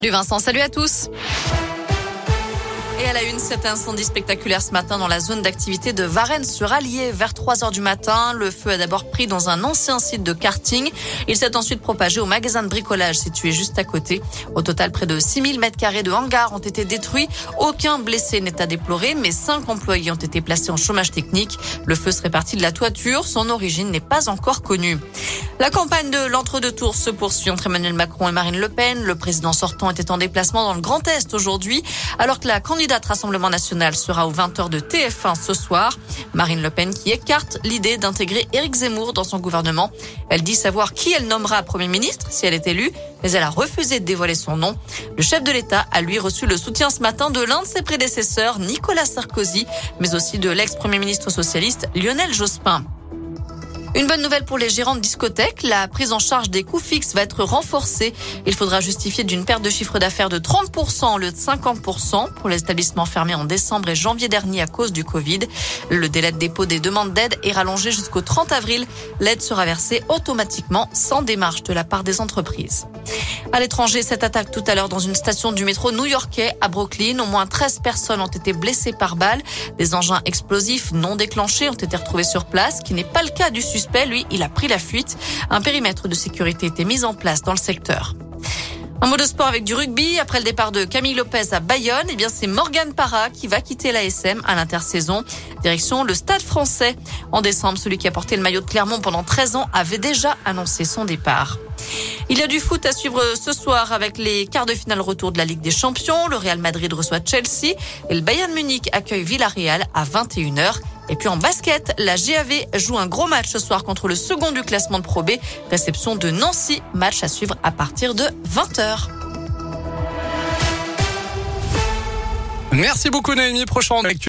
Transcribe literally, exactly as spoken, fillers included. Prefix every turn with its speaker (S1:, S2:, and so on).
S1: Salut Vincent, salut à tous. Et à la une, cet incendie spectaculaire ce matin dans la zone d'activité de Varennes-sur-Allier. Vers trois heures du matin, le feu a d'abord pris dans un ancien site de karting. Il s'est ensuite propagé au magasin de bricolage situé juste à côté. Au total, près de six mille mètres carrés de hangars ont été détruits. Aucun blessé n'est à déplorer, mais cinq employés ont été placés en chômage technique. Le feu serait parti de la toiture. Son origine n'est pas encore connue. La campagne de l'entre-deux-tours se poursuit entre Emmanuel Macron et Marine Le Pen. Le président sortant était en déplacement dans le Grand Est aujourd'hui, alors que la candidate Rassemblement National sera aux vingt heures de T F un ce soir. Marine Le Pen qui écarte l'idée d'intégrer Éric Zemmour dans son gouvernement. Elle dit savoir qui elle nommera Premier ministre si elle est élue, mais elle a refusé de dévoiler son nom. Le chef de l'État a lui reçu le soutien ce matin de l'un de ses prédécesseurs, Nicolas Sarkozy, mais aussi de l'ex-premier ministre socialiste Lionel Jospin. Une bonne nouvelle pour les gérants de discothèques, la prise en charge des coûts fixes va être renforcée. Il faudra justifier d'une perte de chiffre d'affaires de trente pour cent au lieu de cinquante pour cent pour les établissements fermés en décembre et janvier dernier à cause du Covid. Le délai de dépôt des demandes d'aide est rallongé jusqu'au trente avril. L'aide sera versée automatiquement sans démarche de la part des entreprises. À l'étranger, cette attaque tout à l'heure dans une station du métro new-yorkais à Brooklyn. Au moins treize personnes ont été blessées par balle. Des engins explosifs non déclenchés ont été retrouvés sur place, ce qui n'est pas le cas du suspect. Lui, il a pris la fuite. Un périmètre de sécurité était mis en place dans le secteur. Un mot de sport avec du rugby. Après le départ de Camille Lopez à Bayonne, eh bien c'est Morgan Parra qui va quitter l'A S M à l'intersaison. Direction le Stade Français. En décembre, celui qui a porté le maillot de Clermont pendant treize ans avait déjà annoncé son départ. Il y a du foot à suivre ce soir avec les quarts de finale retour de la Ligue des Champions. Le Real Madrid reçoit Chelsea et le Bayern Munich accueille Villarreal à vingt et une heures. Et puis en basket, la G A V joue un gros match ce soir contre le second du classement de Pro B. Réception de Nancy, match à suivre à partir de vingt heures.
S2: Merci beaucoup Naomi, prochain actu.